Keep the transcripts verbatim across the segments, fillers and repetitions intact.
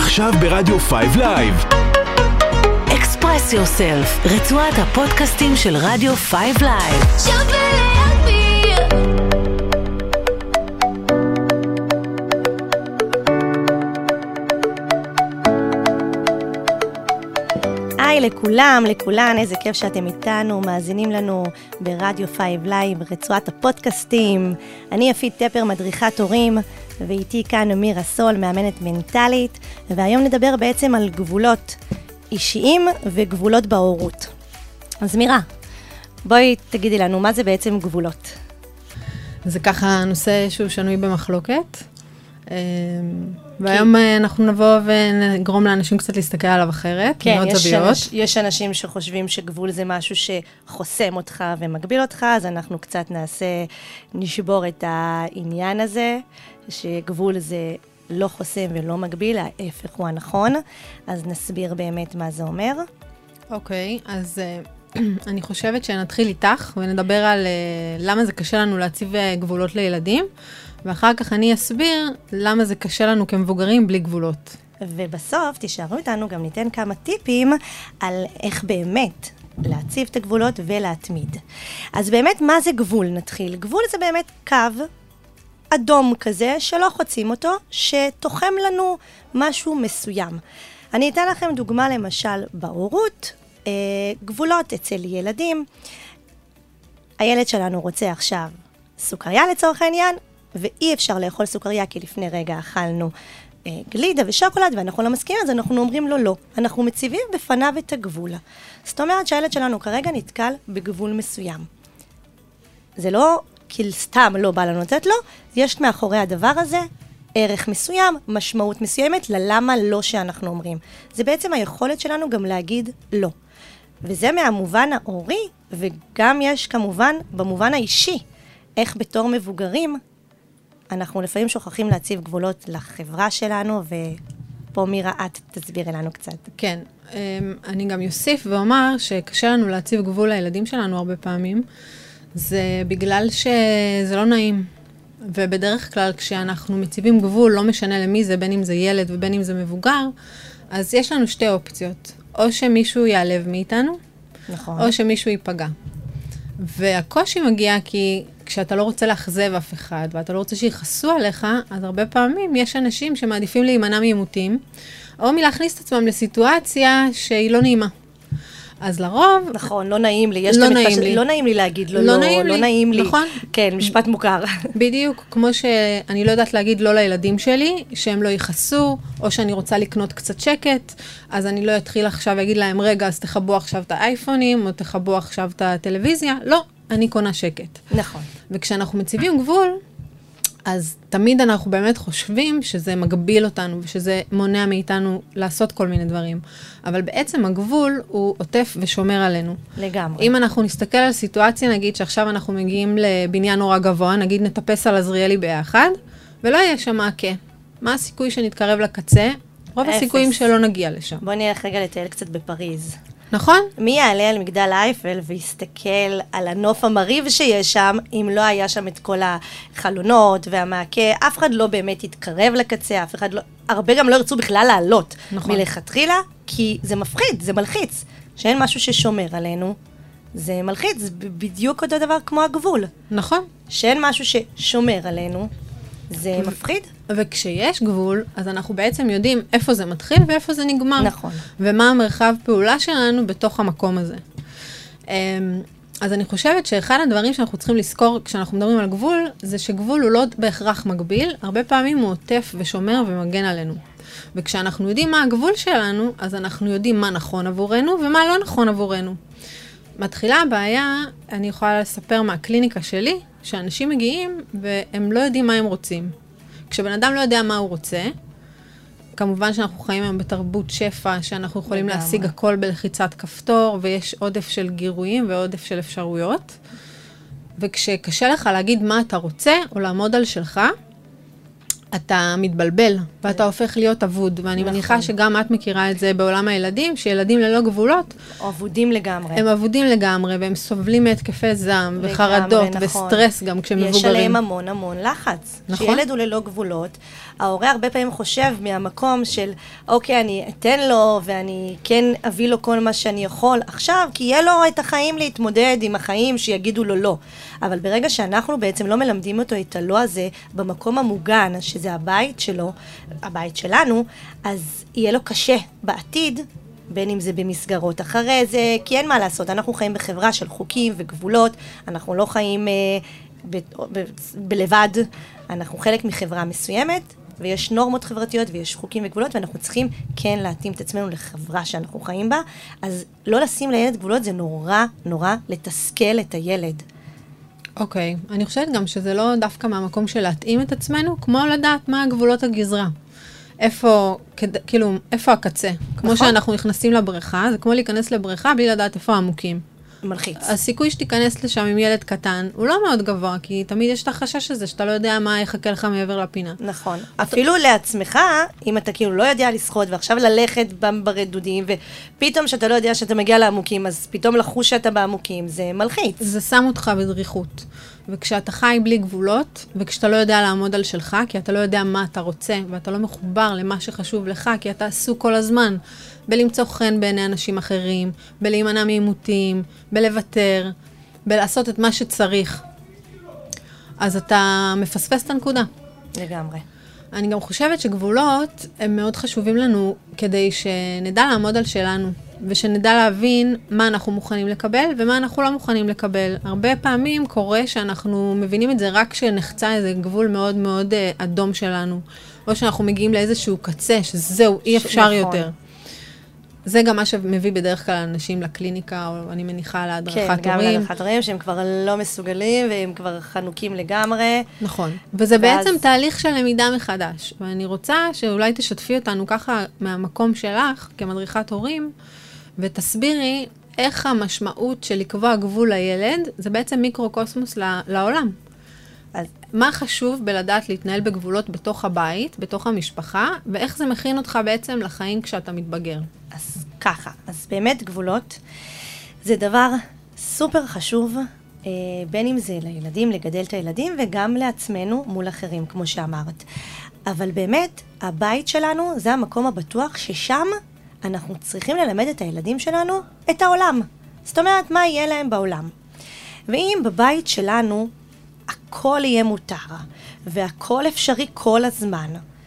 עכשיו ברדיו פייב לייב. Express Yourself, רצועת הפודקאסטים של רדיו פייב לייב. היי לכולם, לכולן, איזה כיף שאתם איתנו, מאזינים לנו ברדיו פייב לייב, רצועת הפודקאסטים. אני יפית טפר, מדריכת הורים, ואיתי כאן מירה סול, מאמנת מנטלית, והיום נדבר בעצם על גבולות אישיים וגבולות בהורות. אז מירה, בואי תגידי לנו, מה זה בעצם גבולות? זה ככה נושא שהוא שנוי במחלוקת, והיום אנחנו נבוא ונגרום לאנשים קצת להסתכל עליו אחרת, כן, מאוד יש, זוויות. אנש, יש אנשים שחושבים שגבול זה משהו שחוסם אותך ומגביל אותך, אז אנחנו קצת נעשה, נשבור את העניין הזה, שגבול זה לא חוסם ולא מגביל, ההפך הוא הנכון, אז נסביר באמת מה זה אומר. אוקיי, אז אני חושבת שנתחיל איתך ונדבר על למה זה קשה לנו להציב גבולות לילדים, ואחר כך אני אסביר למה זה קשה לנו כמבוגרים בלי גבולות. ובסוף תישארו איתנו, גם ניתן כמה טיפים על איך באמת להציב את הגבולות ולהתמיד. אז באמת, מה זה גבול? נתחיל. גבול זה באמת קו אדום כזה, שלא חוצים אותו, שתוחם לנו משהו מסוים. אני אתן לכם דוגמה למשל בהורות, אה, גבולות אצל ילדים. הילד שלנו רוצה עכשיו סוכריה לצורך העניין, ואי אפשר לאכול סוכריה, כי לפני רגע אכלנו אה, גלידה ושוקולד, ואנחנו לא מסכימים, אז אנחנו אומרים לו לא. אנחנו מציבים בפניו את הגבול. זאת אומרת שהילד שלנו כרגע נתקל בגבול מסוים. זה לא כי סתם לא בא לנו לתת לו, יש מאחורי הדבר הזה ערך מסוים, משמעות מסוימת, ללמה לא שאנחנו אומרים. זה בעצם היכולת שלנו גם להגיד לא. וזה מהמובן ההורי, וגם יש כמובן במובן האישי, איך בתור מבוגרים, אנחנו לפעמים שוכחים להציב גבולות לחברה שלנו, ופה מירה, את תסבירי לנו קצת. כן, אני גם יוסיף ואומר שקשה לנו להציב גבול לילדים שלנו הרבה פעמים, זה בגלל שזה לא נעים. ובדרך כלל כשאנחנו מציבים גבול, לא משנה למי זה, בין אם זה ילד ובין אם זה מבוגר, אז יש לנו שתי אופציות. או שמישהו יעלב מאיתנו, נכון. או שמישהו ייפגע. והקושי מגיע כי כשאתה לא רוצה לאכזב אף אחד, ואתה לא רוצה שיחסו עליך, אז הרבה פעמים יש אנשים שמעדיפים להימנע מעימותים, או מלהכניס את עצמם לסיטואציה שהיא לא נעימה. אז לרוב... נכון, לא נעים לי. יש לא את נעים המתפש... לי. לא נעים לי להגיד לו, לא, לא, נעים לא לי. נעים לי. נכון. כן, משפט מוכר. בדיוק, כמו שאני לא יודעת להגיד לא לילדים שלי, שהם לא יכעסו, או שאני רוצה לקנות קצת שקט, אז אני לא אתחיל עכשיו להגיד להם, רגע, אז תחבו עכשיו את האייפונים, או תחבו עכשיו את הטלוויזיה. לא, אני קונה שקט. נכון. וכשאנחנו מציבים גבול, אז תמיד אנחנו באמת חושבים שזה מגביל אותנו, ושזה מונע מאיתנו לעשות כל מיני דברים. אבל בעצם הגבול הוא עוטף ושומר עלינו. לגמרי. אם אנחנו נסתכל על סיטואציה, נגיד שעכשיו אנחנו מגיעים לבניין נורא גבוה, נגיד נטפס על עזריאלי ביחד, ולא יהיה שם מעקה. מה הסיכוי שנתקרב לקצה? רוב אפס. הסיכויים שלא נגיע לשם. בוא נלך רגע לטייל קצת בפריז. נכון? מי יעלה על מגדל אייפל ויסתכל על הנוף המריב שיש שם, אם לא היה שם את כל החלונות והמעקה, אף אחד לא באמת יתקרב לקצה, אף אחד לא, הרבה גם לא ירצו בכלל לעלות נכון. מלכתחילה, כי זה מפחיד, זה מלחיץ. שאין משהו ששומר עלינו, זה מלחיץ, זה בדיוק אותו דבר כמו הגבול. נכון. שאין משהו ששומר עלינו, זה מפחיד. וכשיש גבול, אז אנחנו בעצם יודעים איפה זה מתחיל ואיפה זה נגמר. נכון. ומה המרחב פעולה שלנו בתוך המקום הזה. אז אני חושבת שאחד הדברים שאנחנו צריכים לזכור כשאנחנו מדברים על גבול, זה שגבול הוא לא בהכרח מגביל, הרבה פעמים הוא עוטף ושומר ומגן עלינו. וכשאנחנו יודעים מה הגבול שלנו, אז אנחנו יודעים מה נכון עבורנו ומה לא נכון עבורנו. מתחילה הבעיה, אני יכולה לספר מהקליניקה שלי, שאנשים מגיעים והם לא יודעים מה הם רוצים. כשבן אדם לא יודע מה הוא רוצה, כמובן שאנחנו חיים היום בתרבות שפע, שאנחנו יכולים לגמרי. להשיג הכל בלחיצת כפתור, ויש עודף של גירויים ועודף של אפשרויות. וכשקשה לך להגיד מה אתה רוצה, או לעמוד על שלך, אתה מתבלבל, ואתה הופך להיות אבוד, ואני נכון. מניחה שגם את מכירה את זה בעולם הילדים, שילדים ללא גבולות, אבודים לגמרי. הם אבודים לגמרי, והם סובלים מהתקפי זעם, לגמרי, וחרדות, נכון. וסטרס גם כשהם מבוגרים. יש עליהם המון המון לחץ. נכון. שילד הוא ללא גבולות, ההורה הרבה פעמים חושב מהמקום של, אוקיי, אני אתן לו, ואני כן אביא לו כל מה שאני יכול עכשיו, כי יהיה לו את החיים להתמודד עם החיים שיגידו לו לא. אבל ברגע שאנחנו בעצם לא מלמדים אותו את הלא הזה, במקום המוגן, שזה הבית שלו, הבית שלנו, אז יהיה לו קשה בעתיד, בין אם זה במסגרות אחרי זה, כי אין מה לעשות, אנחנו חיים בחברה של חוקים וגבולות, אנחנו לא חיים אה, ב, ב, בלבד, אנחנו חלק מחברה מסוימת, ויש נורמות חברתיות ויש חוקים וגבולות, ואנחנו צריכים כן להתאים את עצמנו לחברה שאנחנו חיים בה, אז לא לשים לילד גבולות זה נורא נורא לתסכל את הילד. אוקיי, okay. אני חושבת גם שזה לא דווקא מהמקום של להתאים את עצמנו, כמו לדעת מה הגבולות הגזרה. איפה, כד, כאילו, איפה הקצה? כמו נכון. שאנחנו נכנסים לבריכה, זה כמו להיכנס לבריכה בלי לדעת איפה העמוקים. מלחיץ. הסיכוי שתיכנס לשם עם ילד קטן הוא לא מאוד גבוה, כי תמיד יש את החשש הזה שאתה לא יודע מה יחכה לך מעבר לפינה. נכון. אפילו לעצמך, אם אתה כאילו לא יודע לשחות, ועכשיו ללכת ברדודים, ופתאום שאתה לא יודע שאתה מגיע לעמוקים, אז פתאום לחוש שאתה בעמוקים, זה מלחיץ. זה שם אותך בדריכות. וכשאתה חי בלי גבולות, וכשאתה לא יודע לעמוד על שלך, כי אתה לא יודע מה אתה רוצה, ואתה לא מחובר למה שחשוב לך, כי אתה עסוק כל הזמן בלמצוא חן בעיני אנשים אחרים, בלהימנע מעימותים, בלוותר, בלעשות את מה שצריך. אז אתה מפספס את הנקודה. לגמרי. אני גם חושבת שגבולות הם מאוד חשובים לנו כדי שנדע לעמוד על שלנו, ושנדע להבין מה אנחנו מוכנים לקבל ומה אנחנו לא מוכנים לקבל. הרבה פעמים קורה שאנחנו מבינים את זה רק כשנחצה איזה גבול מאוד מאוד אדום שלנו, או שאנחנו מגיעים לאיזשהו קצה, שזהו, אי אפשר נכון. יותר. זה גם מה שמביא בדרך כלל אנשים לקליניקה, או אני מניחה להדרכת הורים. כן, גם להדרכת הורים, שהם כבר לא מסוגלים, והם כבר חנוקים לגמרי. נכון. וזה ואז... בעצם תהליך של למידה מחדש. ואני רוצה שאולי תשתפי אותנו ככה מהמקום שלך, כמדריכת הורים, ותסבירי איך המשמעות של לקבוע גבול לילד, זה בעצם מיקרוקוסמוס לעולם. אז מה חשוב בלדעת להתנהל בגבולות בתוך הבית, בתוך המשפחה, ואיך זה מכין אותך בעצם לחיים כשאתה מתבגר? אז ככה, אז באמת גבולות זה דבר סופר חשוב, אה, בין אם זה לילדים, לגדל את הילדים, וגם לעצמנו מול אחרים, כמו שאמרת. אבל באמת, הבית שלנו זה המקום הבטוח ששם אנחנו צריכים ללמד את הילדים שלנו את העולם. זאת אומרת, מה יהיה להם בעולם. ואם בבית שלנו הכל יהיה מותר, והכל אפשרי כל הזמן,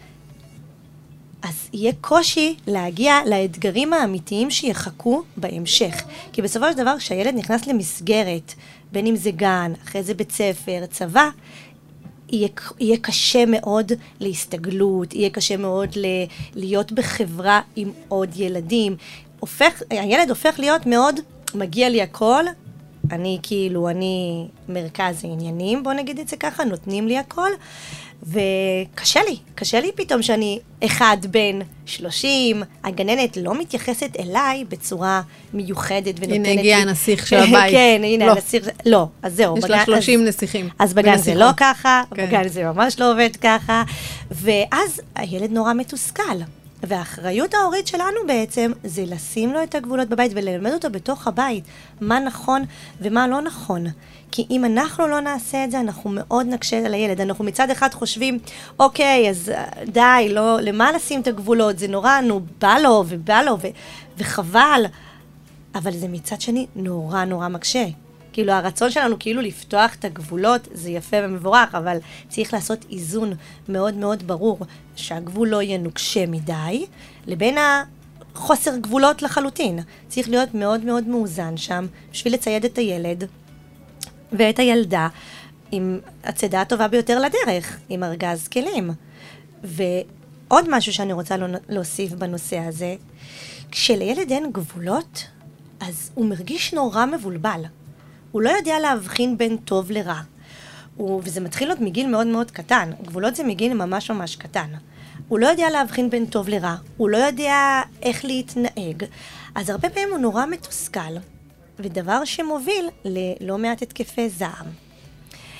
אז יהיה קושי להגיע לאתגרים האמיתיים שיחכו בהמשך. כי בסופו של דבר, כשהילד נכנס למסגרת, בין אם זה גן, אחרי זה בית ספר, צבא, יהיה, יהיה קשה מאוד להסתגלות, יהיה קשה מאוד ל, להיות בחברה עם עוד ילדים. הופך, הילד הופך להיות מאוד, מגיע לי הכל, אני כאילו, אני מרכז העניינים, בוא נגיד את זה ככה, נותנים לי הכל, וקשה לי, קשה לי פתאום שאני אחד בין שלושים, הגננת לא מתייחסת אליי בצורה מיוחדת ונותנת לי... הנה הגיע הנסיך של הבית. כן, הנה לא. הנסיך, לא, אז זהו. יש לה שלושים נסיכים. אז בגן זה לא ככה, כן. בגן זה ממש לא עובד ככה, ואז הילד נורא מתוסכל. והאחריות ההורית שלנו בעצם זה לשים לו את הגבולות בבית וללמד אותו בתוך הבית מה נכון ומה לא נכון. כי אם אנחנו לא נעשה את זה, אנחנו מאוד נקשה על הילד. אנחנו מצד אחד חושבים, אוקיי, אז די, לא, למה לשים את הגבולות? זה נורא, נו, בא לו ובא לו ו- וחבל. אבל זה מצד שני נורא נורא מקשה. כאילו הרצון שלנו כאילו לפתוח את הגבולות, זה יפה ומבורך, אבל צריך לעשות איזון מאוד מאוד ברור, שהגבול לא יהיה נוקשה מדי, לבין החוסר גבולות לחלוטין. צריך להיות מאוד מאוד מאוזן שם, בשביל לצייד את הילד ואת הילדה עם הצדה הטובה ביותר לדרך, עם ארגז כלים. ועוד משהו שאני רוצה להוסיף בנושא הזה, כשלילד אין גבולות, אז הוא מרגיש נורא מבולבל. הוא לא יודע להבחין בין טוב לרע. הוא, וזה מתחיל עוד מגיל מאוד מאוד קטן. גבולות זה מגיל ממש ממש קטן. הוא לא יודע להבחין בין טוב לרע. הוא לא יודע איך להתנהג. אז הרבה פעמים הוא נורא מתוסכל. ודבר שמוביל ללא מעט התקפי זעם.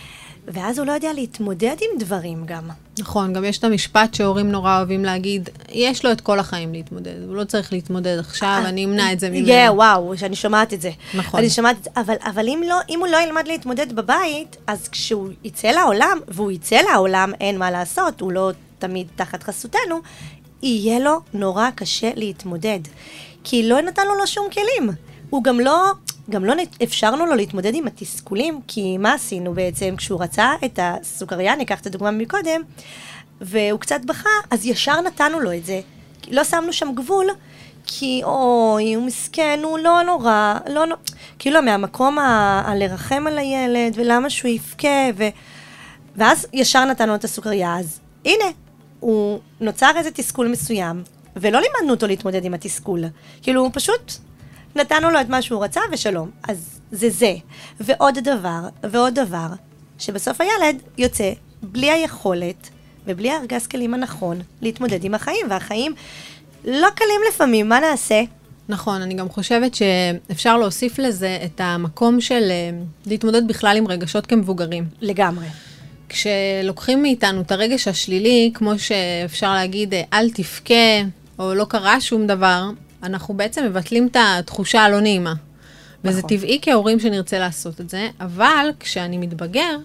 ואז הוא לא יודע להתמודד עם דברים גם. נכון, גם יש את המשפט שהורים נורא אוהבים להגיד, יש לו את כל החיים להתמודד, הוא לא צריך להתמודד עכשיו, אני אמנע את זה ממנו. כן, וואו, שאני שומעת את זה. נכון. אני שומעת את זה, אבל, אבל אם, לא, אם הוא לא ילמד להתמודד בבית, אז כשהוא יצא לעולם, והוא יצא לעולם, אין מה לעשות, הוא לא תמיד תחת חסותנו, יהיה לו נורא קשה להתמודד. כי לא נתנו לו שום כלים. הוא גם לא... גם לא אפשרנו לו להתמודד עם התסכולים, כי מה עשינו בעצם כשהוא רצה את הסוכריה, ניקח את הדוגמה מקודם, והוא קצת בכה, אז ישר נתנו לו את זה. לא שמנו שם גבול, כי אוי, הוא מסכן, הוא לא נורא, לא נורא, כאילו מהמקום ה- ה- לרחם על הילד, ולמה שהוא יפקה, ו... ואז ישר נתנו את הסוכריה, אז הנה, הוא נוצר איזה תסכול מסוים, ולא לימדנו אותו להתמודד עם התסכול. כאילו, הוא פשוט... נתנו לו את מה שהוא רצה ושלום. אז זה זה. ועוד דבר, ועוד דבר, שבסוף הילד יוצא בלי היכולת ובלי הארגז כלים הנכון להתמודד עם החיים, והחיים לא קלים לפעמים, מה נעשה? נכון, אני גם חושבת שאפשר להוסיף לזה את המקום של להתמודד בכלל עם רגשות כמבוגרים. לגמרי. כשלוקחים מאיתנו את הרגש השלילי, כמו שאפשר להגיד, אל תפקה, או לא קרה שום דבר, אנחנו בעצם מבטלים את התחושה הלא נעימה. וזה טבעי כהורים שנרצה לעשות את זה, אבל כשאני מתבגר,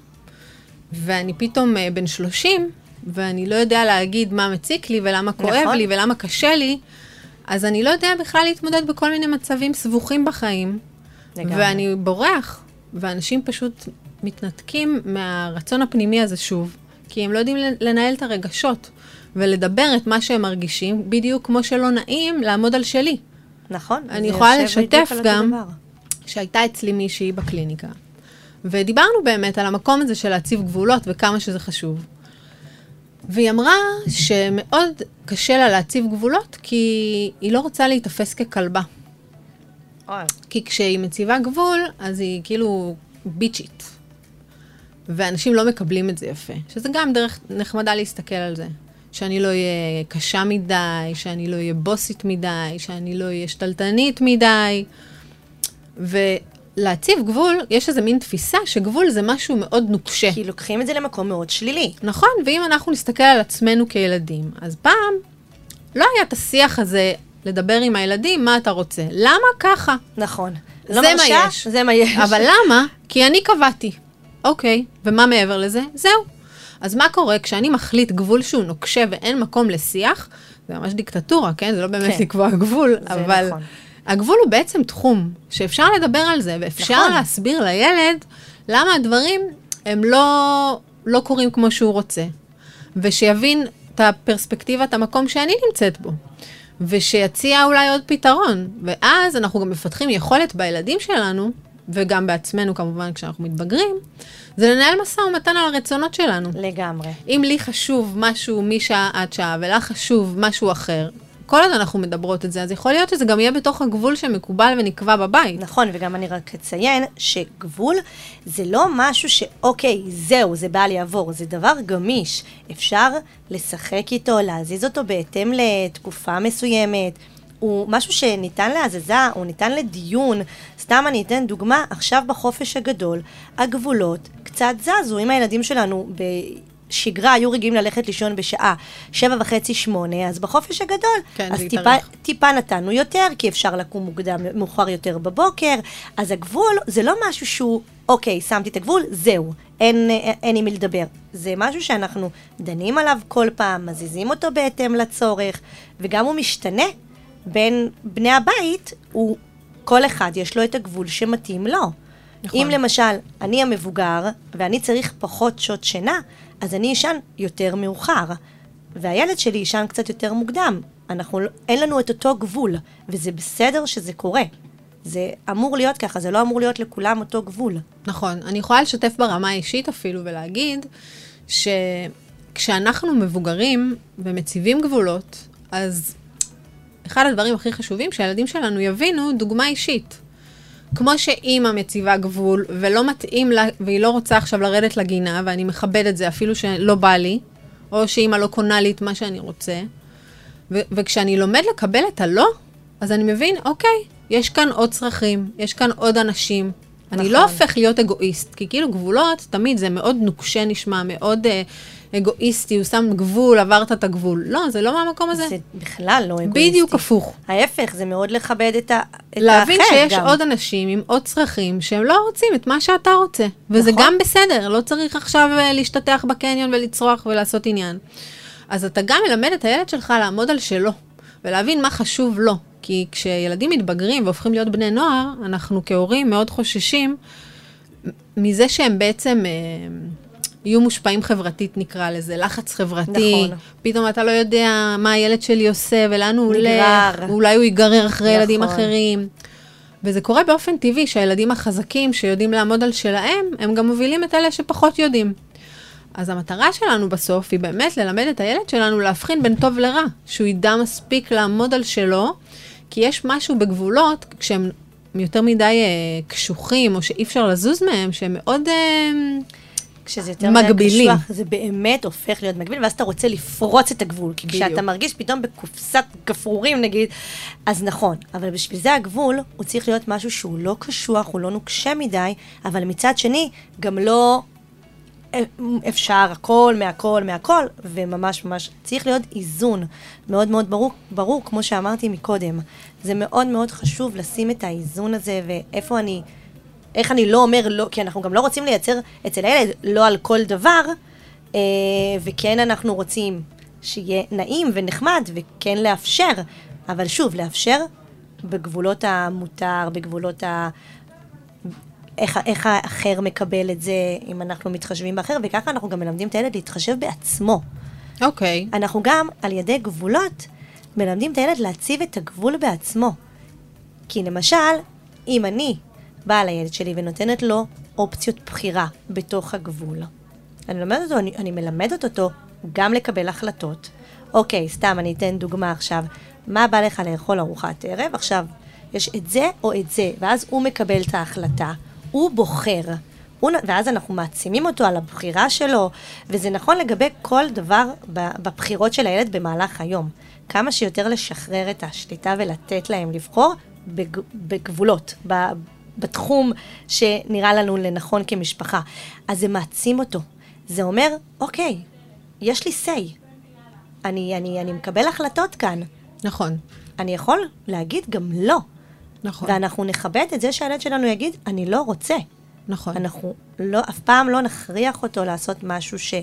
ואני פתאום בן שלושים, ואני לא יודע להגיד מה מציק לי, ולמה כואב לי, ולמה קשה לי, אז אני לא יודע בכלל להתמודד בכל מיני מצבים סבוכים בחיים, ואני בורח, ואנשים פשוט מתנתקים מהרצון הפנימי הזה שוב, כי הם לא יודעים לנהל את הרגשות. ולדבר את מה שהם מרגישים, בדיוק כמו שלא נעים לעמוד על שלי. נכון. אני יכולה לשתף גם שהייתה אצלי מישהי בקליניקה, ודיברנו באמת על המקום הזה של להציב גבולות וכמה שזה חשוב. והיא אמרה שמאוד קשה לה להציב גבולות, כי היא לא רוצה להתאפס ככלבה. כי כשהיא מציבה גבול, אז היא כאילו ביצ'ית. ואנשים לא מקבלים את זה יפה. שזה גם דרך נחמדה להסתכל על זה. שאני לא אהיה קשה מדי, שאני לא אהיה בוסית מדי, שאני לא אהיה שתלטנית מדי. ולהציב גבול, יש איזה מין תפיסה שגבול זה משהו מאוד נוקשה. כי לוקחים את זה למקום מאוד שלילי. נכון, ואם אנחנו נסתכל על עצמנו כילדים, אז פעם לא היה את השיח הזה לדבר עם הילדים, מה אתה רוצה? למה ככה? נכון. זה לא מה מרשה, יש. זה מה יש. אבל למה? כי אני קבעתי. אוקיי, ומה מעבר לזה? זהו. אז מה קורה כשאני מחליט גבול שהוא נוקשה ואין מקום לשיח? זה ממש דיקטטורה, כן? זה לא באמת כן. לקבוע גבול, אבל נכון. הגבול הוא בעצם תחום שאפשר לדבר על זה, ואפשר נכון. להסביר לילד למה הדברים הם לא, לא קורים כמו שהוא רוצה, ושיבין את הפרספקטיבה, את המקום שאני נמצאת בו, ושיציע אולי עוד פתרון, ואז אנחנו גם מפתחים יכולת בילדים שלנו, וגם בעצמנו כמובן כשאנחנו מתבגרים, זה לנהל מסע ומתן על הרצונות שלנו. לגמרי. אם לי חשוב משהו משעה עד שעה, ולה חשוב משהו אחר, כל עוד אנחנו מדברות את זה, אז יכול להיות שזה גם יהיה בתוך הגבול שמקובל ונקבע בבית. נכון, וגם אני רק אציין שגבול זה לא משהו שאוקיי, זהו, זה בא לעבור, זה דבר גמיש. אפשר לשחק איתו, להזיז אותו בהתאם לתקופה מסוימת. הוא משהו שניתן להזזה, הוא ניתן לדיון. סתם אני אתן דוגמה, עכשיו בחופש הגדול, הגבולות קצת זזו. אם הילדים שלנו בשגרה היו רגילים ללכת לישון בשעה שבע וחצי, שמונה, אז בחופש הגדול, כן, אז טיפה, טיפה נתנו יותר, כי אפשר לקום מוקדם, מאוחר יותר בבוקר. אז הגבול זה לא משהו שהוא, אוקיי, שמתי את הגבול, זהו, אין, אין עם מי לדבר. זה משהו שאנחנו דנים עליו כל פעם, מזיזים אותו בהתאם לצורך, וגם הוא משתנה. בין בני הבית, הוא, כל אחד יש לו את הגבול שמתאים לו. נכון. אם למשל, אני המבוגר, ואני צריך פחות שעות שינה, אז אני ישן יותר מאוחר. והילד שלי ישן קצת יותר מוקדם. אנחנו, אין לנו את אותו גבול, וזה בסדר שזה קורה. זה אמור להיות ככה, זה לא אמור להיות לכולם אותו גבול. נכון. אני יכולה לשתף ברמה האישית אפילו, ולהגיד שכשאנחנו מבוגרים ומציבים גבולות, אז אחד הדברים הכי חשובים שהילדים שלנו יבינו דוגמה אישית. כמו שאימא מציבה גבול ולא מתאים לה, והיא לא רוצה עכשיו לרדת לגינה, ואני מכבד את זה אפילו שלא בא לי, או שאימא לא קונה לי את מה שאני רוצה. ו- וכשאני לומד לקבל את הלא, אז אני מבין, אוקיי, יש כאן עוד צרכים, יש כאן עוד אנשים, אני נכון. לא הופך להיות אגואיסט, כי כאילו גבולות, תמיד זה מאוד נוקשה נשמע, מאוד אה, אגואיסטי, הוא שם גבול, עברת את הגבול. לא, זה לא מהמקום הזה. זה בכלל לא אגואיסטי. בדיוק הפוך. ההפך, זה מאוד לכבד את, ה... את להבין האחר שיש גם. עוד אנשים עם עוד צרכים שהם לא רוצים את מה שאתה רוצה. וזה נכון. גם בסדר, לא צריך עכשיו אה, להשתתח בקניון ולצרוח ולעשות עניין. אז אתה גם מלמד את הילד שלך לעמוד על שלו, ולהבין מה חשוב לו. כי כשילדים מתבגרים והופכים להיות בני נוער, אנחנו כהורים מאוד חוששים מזה שהם בעצם אה, יהיו מושפעים חברתית, נקרא לזה, לחץ חברתי. נכון. פתאום אתה לא יודע מה הילד שלי עושה ולאן הוא הולך, אולי הוא ייגרר אחרי נכון. ילדים אחרים. וזה קורה באופן טבעי שהילדים החזקים שיודעים לעמוד על שלהם, הם גם מובילים את אלה שפחות יודעים. אז המטרה שלנו בסוף היא באמת ללמד את הילד שלנו להבחין בין טוב לרע, שהוא ידע מספיק לעמוד על שלו, כי יש משהו בגבולות, כשהם יותר מדי אה, קשוחים, או שאי אפשר לזוז מהם, שהם מאוד אה, כשזה יותר מגבילים. קשוח, זה באמת הופך להיות מגביל, ואז אתה רוצה לפרוץ את הגבול, כי בדיוק. כשאתה מרגיש פתאום בקופסת גפרורים נגיד, אז נכון, אבל בשביל זה הגבול, הוא צריך להיות משהו שהוא לא קשוח, הוא לא נוקשה מדי, אבל מצד שני, גם לא אפשר הכל, מהכל, מהכל, וממש ממש צריך להיות איזון מאוד מאוד ברור, ברור, כמו שאמרתי מקודם. זה מאוד מאוד חשוב לשים את האיזון הזה, ואיפה אני, איך אני לא אומר לא, כי אנחנו גם לא רוצים לייצר אצל הילד לא על כל דבר, אה, וכן אנחנו רוצים שיהיה נעים ונחמד, וכן לאפשר, אבל שוב, לאפשר בגבולות המותר, בגבולות ה... איך, איך האחר מקבל את זה, אם אנחנו מתחשבים באחר, וככה אנחנו גם מלמדים את הילד להתחשב בעצמו. אוקיי. Okay. אנחנו גם, על ידי גבולות, מלמדים את הילד להציב את הגבול בעצמו. כי למשל, אם אני באה לילד שלי ונותנת לו אופציות בחירה בתוך הגבול, אני מלמדת אותו, אני, אני מלמדת אותו גם לקבל החלטות. אוקיי, סתם, אני אתן דוגמה עכשיו. מה בא לך לאכול ארוחת ערב? עכשיו, יש את זה או את זה, ואז הוא מקבל את ההחלטה. הוא בוחר, הוא, ואז אנחנו מעצימים אותו על הבחירה שלו, וזה נכון לגבי כל דבר בבחירות של הילד במהלך היום. כמה שיותר לשחרר את השליטה ולתת להם לבחור בג, בגבולות, ב, בתחום שנראה לנו לנכון כמשפחה. אז זה מעצים אותו. זה אומר, אוקיי, יש לי say. אני, אני, אני מקבל החלטות כאן. נכון. אני יכול להגיד גם לא. נכון. ואנחנו נכבד את זה שהילד שלנו יגיד, אני לא רוצה. נכון. אנחנו לא, אף פעם לא נכריח אותו לעשות משהו שהוא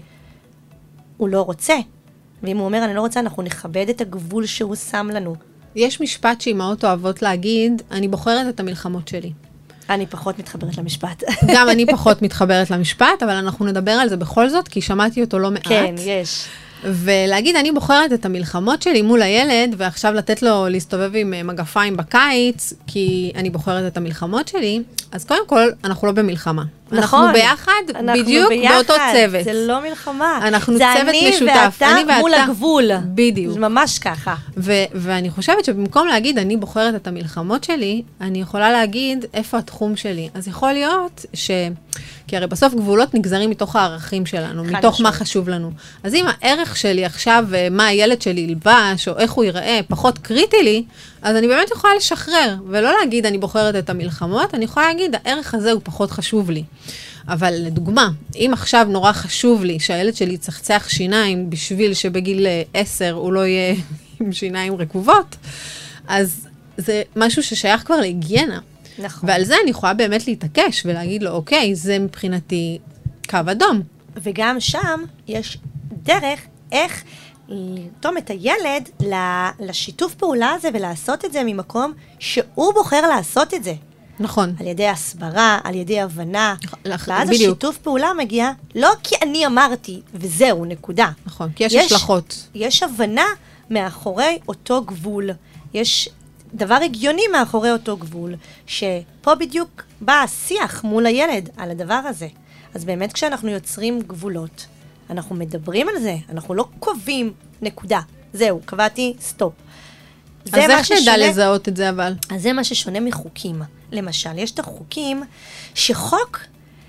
לא רוצה. ואם הוא אומר, אני לא רוצה, אנחנו נכבד את הגבול שהוא שם לנו. יש משפט שאימהות אוהבות להגיד, אני בוחרת את המלחמות שלי. אני פחות מתחברת למשפט. גם אני פחות מתחברת למשפט, אבל אנחנו נדבר על זה בכל זאת, כי שמעתי אותו לא מעט. כן, יש. ולהגיד, אני בוחרת את המלחמות שלי מול הילד, ועכשיו לתת לו להסתובב עם מגפיים בקיץ, כי אני בוחרת את המלחמות שלי, אז קודם כל, אנחנו לא במלחמה. נכון. אנחנו ביחד, אנחנו בדיוק ביחד. באותו צוות. זה לא מלחמה. אנחנו זה צוות אני משותף. ואתה אני ואתה מול הגבול. בדיוק. זה ממש ככה. ו- ואני חושבת שבמקום להגיד, אני בוחרת את המלחמות שלי, אני יכולה להגיד, איפה התחום שלי? אז יכול להיות ש... כי הרי בסוף גבולות נגזרים מתוך הערכים שלנו, מתוך מה חשוב לנו. אז אם הערך שלי עכשיו, מה הילד שלי ילבש, או איך הוא ייראה, פחות קריטי לי, אז אני באמת יכולה לשחרר, ולא להגיד, אני בוחרת את המלחמות, אני יכולה להגיד, הערך הזה הוא פחות חשוב לי. אבל לדוגמה, אם עכשיו נורא חשוב לי שהילד שלי יצחצח שיניים בשביל שבגיל עשר הוא לא יהיה עם שיניים רקובות, אז זה משהו ששייך כבר להיגיינה. נכון. ועל זה אני יכולה באמת להתעקש ולהגיד לו, אוקיי, זה מבחינתי קו אדום. וגם שם יש דרך איך לרתום את הילד לשיתוף פעולה הזה ולעשות את זה ממקום שהוא בוחר לעשות את זה. נכון. על ידי הסברה, על ידי הבנה. לח... ואז בדיוק. השיתוף פעולה מגיע, לא כי אני אמרתי, וזהו, נקודה. נכון, כי יש, יש השלכות. יש הבנה מאחורי אותו גבול. יש דבר הגיוני מאחורי אותו גבול, שפה בדיוק בא השיח מול הילד על הדבר הזה. אז באמת כשאנחנו יוצרים גבולות, אנחנו מדברים על זה, אנחנו לא קובעים נקודה. זהו, קבעתי, סטופ. אז איך נדע לזהות את זה אבל? אז זה מה ששונה מחוקים. למשל, יש את החוקים שחוק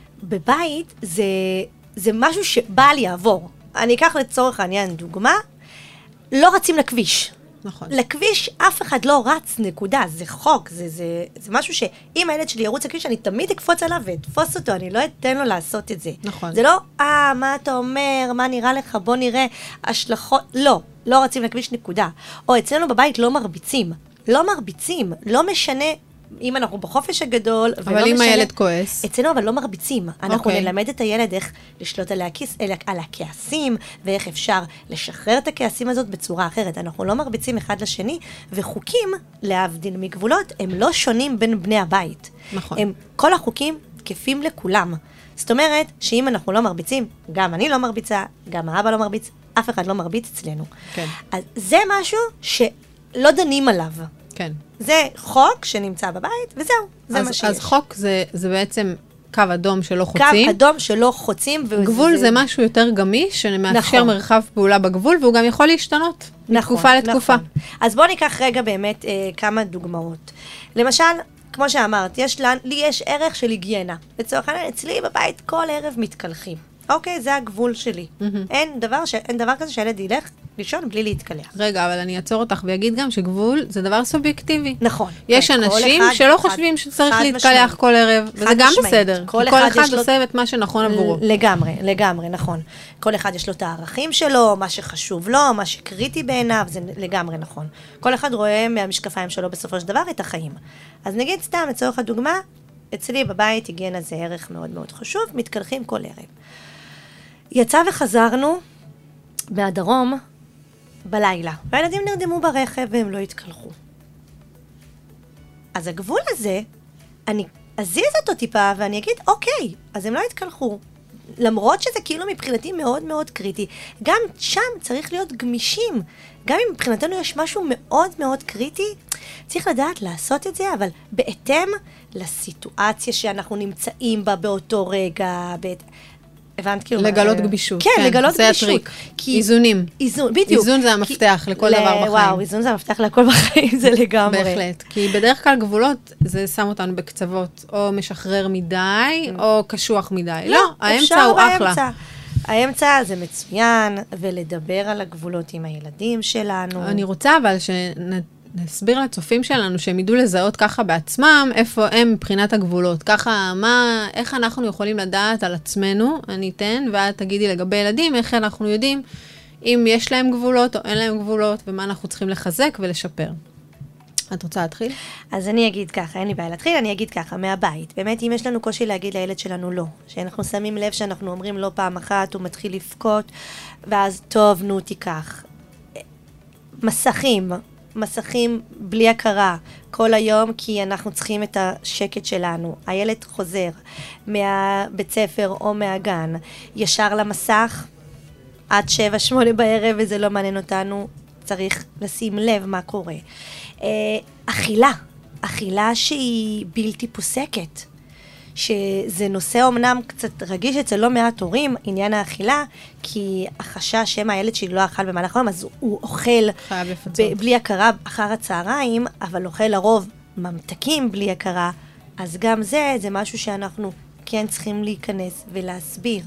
בבית זה, זה משהו שבא לי לעבור. אני אקח לצורך העניין דוגמה, לא רצים לכביש. נכון. לכביש אף אחד לא רץ, נקודה, זה חוק, זה, זה, זה משהו שאם הילד שלי ירוץ לכביש, אני תמיד אקפוץ עליו ואתפוס אותו, אני לא אתן לו לעשות את זה. נכון. זה לא, אה, מה אתה אומר, מה נראה לך, בוא נראה, השלכות, לא, לא רצים לכביש, נקודה. או אצלנו בבית לא מרביצים, לא מרביצים, לא משנה אם אנחנו בחופש הגדול, אבל אם הילד כועס. אצלנו אבל לא מרביצים. אנחנו Okay. נלמד את הילד איך לשלוט על, הכיס, על הכעסים, ואיך אפשר לשחרר את הכעסים הזאת בצורה אחרת. אנחנו לא מרביצים אחד לשני, וחוקים, להבדיל מגבולות, הם לא שונים בין בני הבית. נכון. הם, כל החוקים תקפים לכולם. זאת אומרת, שאם אנחנו לא מרביצים, גם אני לא מרביצה, גם האבא לא מרביץ, אף אחד לא מרביץ אצלנו. כן. אז זה משהו שלא דנים עליו. כן. זה חוק שנמצא בבית, וזהו, זה אז, מה שיש. אז חוק זה, זה בעצם קו אדום שלא חוצים. קו אדום שלא חוצים. גבול זה, זה משהו יותר גמיש, שמאפשר נכון. מרחב פעולה בגבול, והוא גם יכול להשתנות נכון, מתקופה לתקופה. נכון. אז בואו ניקח רגע באמת אה, כמה דוגמאות. למשל, כמו שאמרת, יש לי, לי יש ערך של היגיינה. לצורך העניין, אצלי בבית כל ערב מתקלחים. אוקיי, זה הגבול שלי. Mm-hmm. אין דבר ש... אין דבר כזה שהילד ילך לישון בלי להתקלח. רגע, אבל אני אעצור אותך ויגיד גם שגבול זה דבר סובייקטיבי. נכון. יש אנשים אחד, שלא אחד, חושבים שצריך להתקלח כל ערב, וזה גם משמעית. בסדר. כל אחד, כל אחד עושה לו... את מה שנכון עבורו. לגמרי, לגמרי, נכון. כל אחד יש לו את הערכים שלו, מה שחשוב לו, מה שקריטי בעיניו, זה לגמרי נכון. כל אחד רואה מהמשקפיים שלו בסופו של דבר את החיים. אז נגיד סתם, לצורך הדוגמה, אצלי בבית היגיינה זה ערך מאוד מאוד חשוב, מתקלחים כל ערב. יצא וחזרנו מהדרום בלילה, והילדים נרדמו ברכב והם לא התקלחו. אז הגבול הזה, אני אזיז אותו טיפה ואני אגיד, אוקיי, אז הם לא התקלחו. למרות שזה כאילו מבחינתי מאוד מאוד קריטי. גם שם צריך להיות גמישים. גם אם מבחינתנו יש משהו מאוד מאוד קריטי, צריך לדעת לעשות את זה, אבל בהתאם לסיטואציה שאנחנו נמצאים בה באותו רגע, בעת... הבנת כאילו... לגלות גבישות. כן, לגלות גבישות. זה הטריק. איזונים. איזון, בדיוק. איזון זה המפתח לכל דבר בחיים. וואו, איזון זה המפתח לכל בחיים, זה לגמרי. בהחלט. כי בדרך כלל גבולות, זה שם אותנו בקצוות, או משחרר מדי, או קשוח מדי. לא, האמצע הוא אחלה. האמצע זה מצוין, ולדבר על הגבולות עם הילדים שלנו. אני רוצה אבל שנסביר לצופים שלנו, שהם ידעו לזהות ככה בעצמם, איפה הם מבחינת הגבולות. ככה, מה, איך אנחנו יכולים לדעת על עצמנו, אני אתן, ואת תגידי לגבי ילדים, איך אנחנו יודעים אם יש להם גבולות או אין להם גבולות, ומה אנחנו צריכים לחזק ולשפר. את רוצה להתחיל? אז אני אגיד ככה, אין לי בעיה להתחיל, אני אגיד ככה, מהבית. באמת, אם יש לנו קושי להגיד לילד שלנו לא, שאנחנו שמים לב שאנחנו אומרים לא פעם אחת, הוא מתחיל לפקוט, ואז טוב, נו, תיקח. מסכים, מסכים בלי הכרה, כל היום, כי אנחנו צריכים את השקט שלנו. הילד חוזר מהבית ספר או מהגן, ישר למסך, עד שבע, שמונה בערב, וזה לא מעניין אותנו, צריך לשים לב מה קורה. Uh, אכילה, אכילה שהיא בלתי פוסקת, שזה נושא אומנם קצת רגיש אצל לא מעט הורים, עניין האכילה, כי החשש שמה הילד שלי לא אכל במהלך היום, אז הוא אוכל ב- בלי הכרה אחר הצהריים, אבל אוכל לרוב ממתקים בלי הכרה, אז גם זה, זה משהו שאנחנו כן צריכים להיכנס ולהסביר.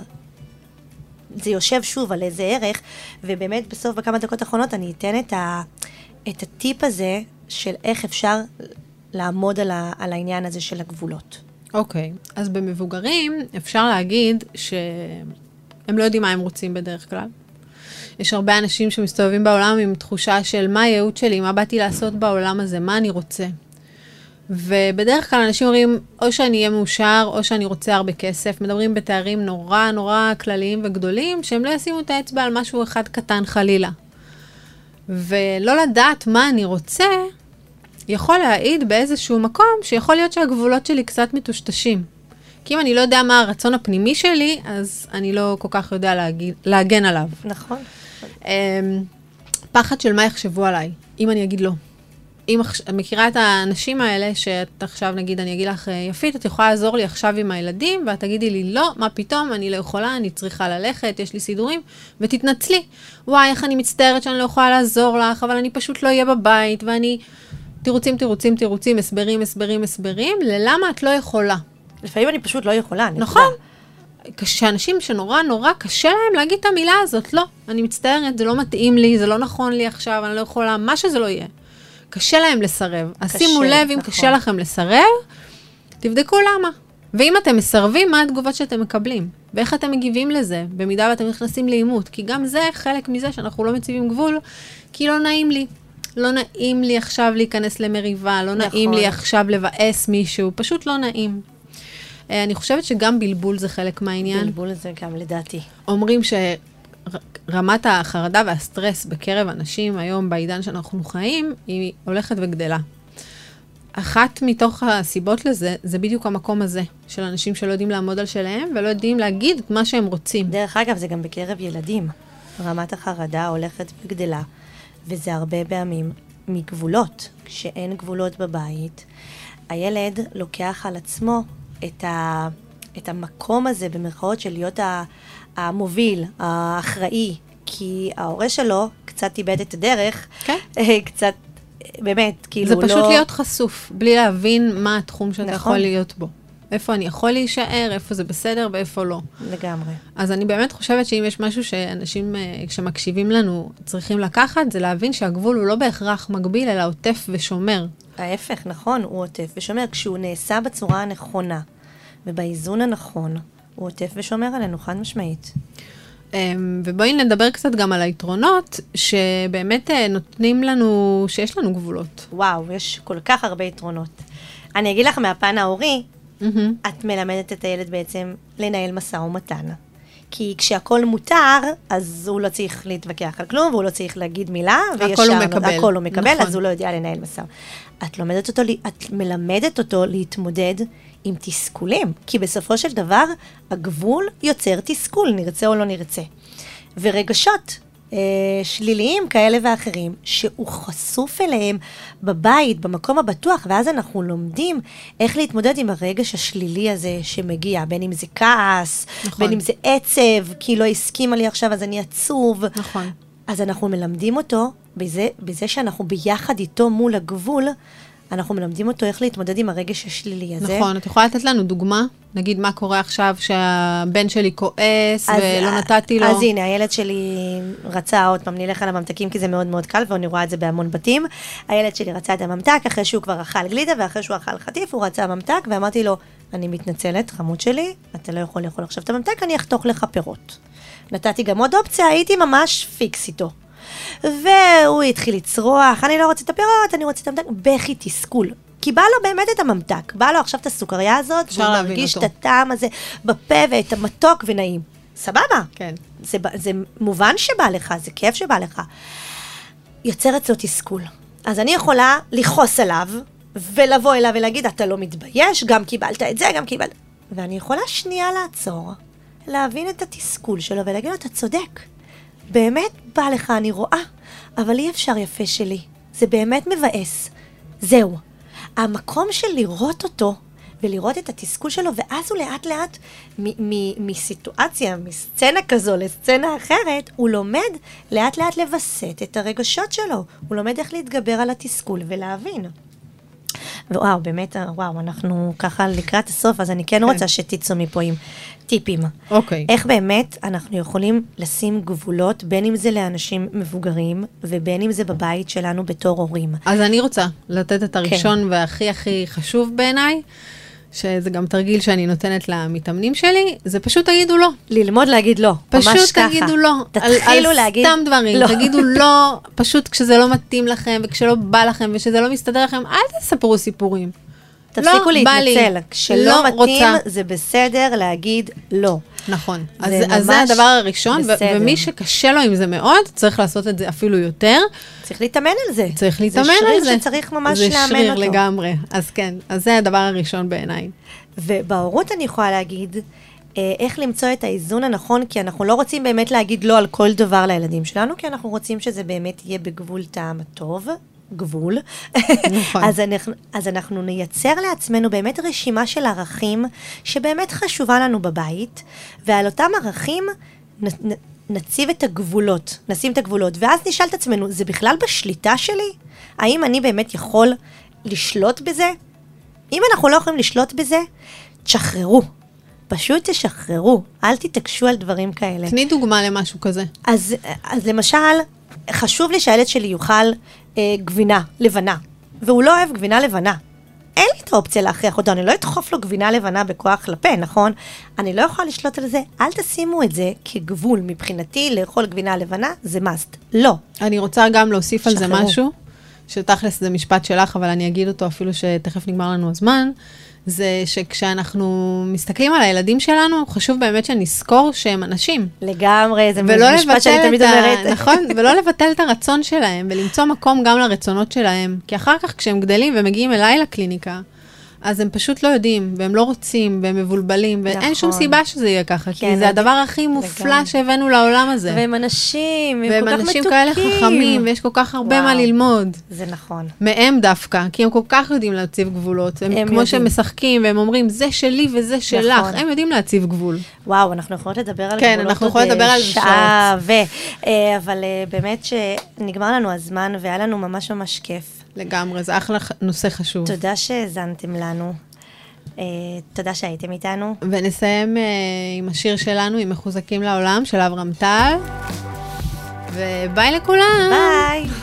זה יושב שוב על איזה ערך, ובאמת בסוף בכמה דקות האחרונות אני אתן את, ה, את הטיפ הזה של איך אפשר לעמוד על, ה, על העניין הזה של הגבולות. אוקיי, okay. אז במבוגרים אפשר להגיד שהם לא יודעים מה הם רוצים בדרך כלל. יש הרבה אנשים שמסתובבים בעולם עם תחושה של מה הייעוד שלי, מה באתי לעשות בעולם הזה, מה אני רוצה. ובדרך כלל אנשים אומרים, או שאני אהיה מאושר, או שאני רוצה הרבה כסף, מדברים בתארים נורא נורא כלליים וגדולים, שהם לא ישימו את האצבע על משהו אחד קטן חלילה. ולא לדעת מה אני רוצה, יכול להעיד באיזשהו מקום, שיכול להיות שהגבולות שלי קצת מטושטשים. כי אם אני לא יודע מה הרצון הפנימי שלי, אז אני לא כל כך יודע להגיד, להגן עליו. נכון. פחד של מה יחשבו עליי, אם אני אגיד לא. אם מכירה את האנשים האלה, שאת עכשיו נגיד, אני אגיד לך, יפית, את יכולה לעזור לי עכשיו עם הילדים, ואת תגידי לי, לא, מה פתאום, אני לא יכולה, אני צריכה ללכת, יש לי סידורים, ותתנצלי. וואי, איך אני מצטערת שאני לא יכולה לעזור לך, אבל אני פשוט לא אהיה בבית, ואני תירוצים, תירוצים, תירוצים, הסברים, הסברים, הסברים, ללמה את לא יכולה? לפעמים אני פשוט לא יכולה. נכון. שאנשים שנורא נורא קשה להם להגיד את המילה הזאת, לא, אני מצטערת, זה לא מתאים לי, זה לא נכון לי עכשיו, אני לא יכולה, מה שזה לא יהיה. קשה להם לסרב. אז שימו לב, אם נכון. קשה לכם לסרב, תבדקו למה. ואם אתם מסרבים, מה התגובות שאתם מקבלים? ואיך אתם מגיבים לזה? במידה ואתם נכנסים לאימות. כי גם זה חלק מזה שאנחנו לא מציבים גבול, כי לא נעים לי. לא נעים לי עכשיו להיכנס למריבה, לא נכון. נעים לי עכשיו לבאס מישהו, פשוט לא נעים. אני חושבת שגם בלבול זה חלק מהעניין. בלבול זה גם לדעתי. אומרים שרמת החרדה והסטרס בקרב אנשים היום בעידן שאנחנו חיים, היא הולכת וגדלה. אחת מתוך הסיבות לזה, זה בדיוק המקום הזה, של אנשים שלא יודעים לעמוד על שלהם, ולא יודעים להגיד את מה שהם רוצים. דרך אגב, זה גם בקרב ילדים. רמת החרדה הולכת וגדלה, וזה הרבה פעמים מגבולות. כשאין גבולות בבית, הילד לוקח על עצמו את, ה, את המקום הזה, במרכאות של להיות המוביל, האחראי, כי ההורה שלו קצת איבד את הדרך, כן. קצת, באמת, כאילו זה לא... זה פשוט להיות חשוף, בלי להבין מה התחום שאתה נכון. יכול להיות בו. איפה אני יכול להישאר, איפה זה בסדר ואיפה לא. לגמרי. אז אני באמת חושבת שאם יש משהו שאנשים שמקשיבים לנו צריכים לקחת, זה להבין שהגבול הוא לא בהכרח מגביל, אלא עוטף ושומר. ההפך, נכון, הוא עוטף ושומר. כשהוא נעשה בצורה הנכונה ובאיזון הנכון, הוא עוטף ושומר עלינו, חד משמעית. ובואי נדבר קצת גם על היתרונות, שבאמת נותנים לנו, שיש לנו גבולות. וואו, יש כל כך הרבה יתרונות. אני אגיד לך מהפן ההורי, Mm-hmm. את מלמדת את הילד בעצם לנהל משא ומתן. כי כשהכל מותר, אז הוא לא צריך להתווכח על כלום, והוא לא צריך להגיד מילה, הכל הוא מקבל. הכל הוא מקבל, נכון. אז הוא לא יודע לנהל משא. את לומדת אותו, את מלמדת אותו להתמודד עם תסכולים, כי בסופו של דבר, הגבול יוצר תסכול, נרצה או לא נרצה. ורגשות אה, שליליים כאלה ואחרים, שהוא חשוף אליהם בבית, במקום הבטוח, ואז אנחנו לומדים איך להתמודד עם הרגש השלילי הזה שמגיע, בין אם זה כעס, נכון. בין אם זה עצב, כי לא הסכימה לי עכשיו, אז אני עצוב. נכון. אז אנחנו מלמדים אותו, בזה, בזה שאנחנו ביחד איתו מול הגבול, אנחנו מלמדים אותו איך להתמודד עם הרגש השלילי הזה. נכון, את יכולה לתת לנו דוגמה? נגיד מה קורה עכשיו שהבן שלי כועס אז, ולא נתתי לו. אז הנה, הילד שלי רצה עוד פעם, נלך על הממתקים כי זה מאוד מאוד קל, ואני רואה את זה בהמון בתים. הילד שלי רצה את הממתק אחרי שהוא כבר אכל גלידה, ואחרי שהוא אכל חטיף, הוא רצה ממתק, ואמרתי לו, אני מתנצלת, חמוד שלי, אתה לא יכול לאכול עכשיו את הממתק, אני אחתוך לך פירות. נתתי גם עוד אופציה, הייתי ממש פיקס איתו. והוא התחיל לצרוח, אני לא רוצה את הפירות, אני רוצה את הממתק, בכי תסכול. כי בא לו באמת את הממתק, בא לו עכשיו את הסוכריה הזאת, והוא מרגיש את הטעם הזה בפה ואת המתוק ונעים. סבבה. כן. זה, זה מובן שבא לך, זה כיף שבא לך. יוצר אצלו תסכול. אז אני יכולה לחוס עליו, ולבוא אליו ולהגיד, אתה לא מתבייש, גם קיבלת את זה, גם קיבלת... ואני יכולה שנייה לעצור, להבין את התסכול שלו, ולהגיד לו, אתה צודק. באמת בא לך, אני רואה, אבל אי אפשר יפה שלי. זה באמת מבאס. זהו. המקום של לראות אותו, ולראות את התסכול שלו, ואז הוא לאט לאט, מסיטואציה, מסצנה כזו לסצנה אחרת, הוא לומד לאט לאט לבסט את הרגשות שלו. הוא לומד איך להתגבר על התסכול ולהבין. וואו, באמת, וואו, אנחנו ככה לקראת הסוף, אז אני כן רוצה שתצאו מפה עם טיפים. אוקיי. איך באמת אנחנו יכולים לשים גבולות, בין אם זה לאנשים מבוגרים, ובין אם זה בבית שלנו בתור הורים. אז אני רוצה לתת את הראשון והכי הכי חשוב בעיניי, שזה גם תרגיל שאני נותנת למתאמנים שלי, זה פשוט תגידו לא. ללמוד להגיד לא, ממש ככה. פשוט תגידו לא. תתחילו להגיד לא. על סתם דברים, לא. תגידו לא, פשוט כשזה לא מתאים לכם, וכשלא בא לכם, וכשזה לא מסתדר לכם, אל תספרו סיפורים. תפסיקו להתנצל, כשלא מתאים רוצה. זה בסדר להגיד לא. נכון, אז, אז זה הדבר הראשון, ו- ומי שקשה לו עם זה מאוד, צריך לעשות את זה אפילו יותר. צריך להתאמן על זה. צריך להתאמן על זה. זה שריר שצריך ממש לאמן אותו. זה שריר לגמרי, אז כן, אז זה הדבר הראשון בעיניי. ובהורות אני יכולה להגיד, איך למצוא את האיזון הנכון, כי אנחנו לא רוצים באמת להגיד לא על כל דבר לילדים שלנו, כי אנחנו רוצים שזה באמת יהיה בגבול טעם הטוב, גבול. נכון. אז, אנחנו, אז אנחנו נייצר לעצמנו באמת רשימה של ערכים, שבאמת חשובה לנו בבית, ועל אותם ערכים נ, נ, נציב את הגבולות, נשים את הגבולות, ואז נשאל את עצמנו, זה בכלל בשליטה שלי? האם אני באמת יכול לשלוט בזה? אם אנחנו לא יכולים לשלוט בזה, תשחררו. פשוט תשחררו, אל תתעקשו על דברים כאלה. תני דוגמה למשהו כזה. אז, אז למשל, חשוב לי שהילד שלי יאכל אה, גבינה לבנה, והוא לא אוהב גבינה לבנה. אין לי את האופציה להכריח אותו, אני לא אדחוף לו גבינה לבנה בכוח לפה, נכון? אני לא יכולה לשלוט על זה, אל תשימו את זה כגבול מבחינתי, לאכול גבינה לבנה, זה must. לא. אני רוצה גם להוסיף על זה שחררו. משהו, שתכלס זה משפט שלך, אבל אני אגיד אותו אפילו שתכף נגמר לנו הזמן, זה שכשאנחנו מסתכלים על הילדים שלנו, חשוב באמת שנזכור שהם אנשים. לגמרי, זה משפט שאני תמיד אומרת. נכון, ולא לבטל את הרצון שלהם, ולמצוא מקום גם לרצונות שלהם, כי אחר כך כשהם גדלים ומגיעים אליי לקליניקה, אז הם פשוט לא יודעים, והם לא רוצים, והם מבולבלים, ואין נכון. שום סיבה שזה יהיה ככה, כי כן, זה הדבר הכי מופלא שהבאנו לעולם הזה. והם אנשים, הם והם כל כך אנשים מתוקים. כאלה חכמים, ויש כל כך הרבה וואו. מה ללמוד. זה נכון. מהם דווקא, כי הם כל כך יודעים להציב גבולות. הם, הם כמו יודעים. שהם משחקים, והם אומרים, זה שלי וזה שלך. נכון. הם יודעים להציב גבול. וואו, אנחנו יכולות לדבר על כן, גבולות אנחנו עוד, יכולות לדבר אה, על זה שעה ו... אה, אבל אה, באמת שנגמר לנו הזמן, והיה לנו ממש ממש כיף. לגמרי, זה אחלה ח- נושא חשוב. תודה שהזנתם לנו. אה, תודה שהייתם איתנו. ונסיים אה, עם השיר שלנו, עם מחוזקים לעולם, של אברהם טל. וביי לכולם. ביי.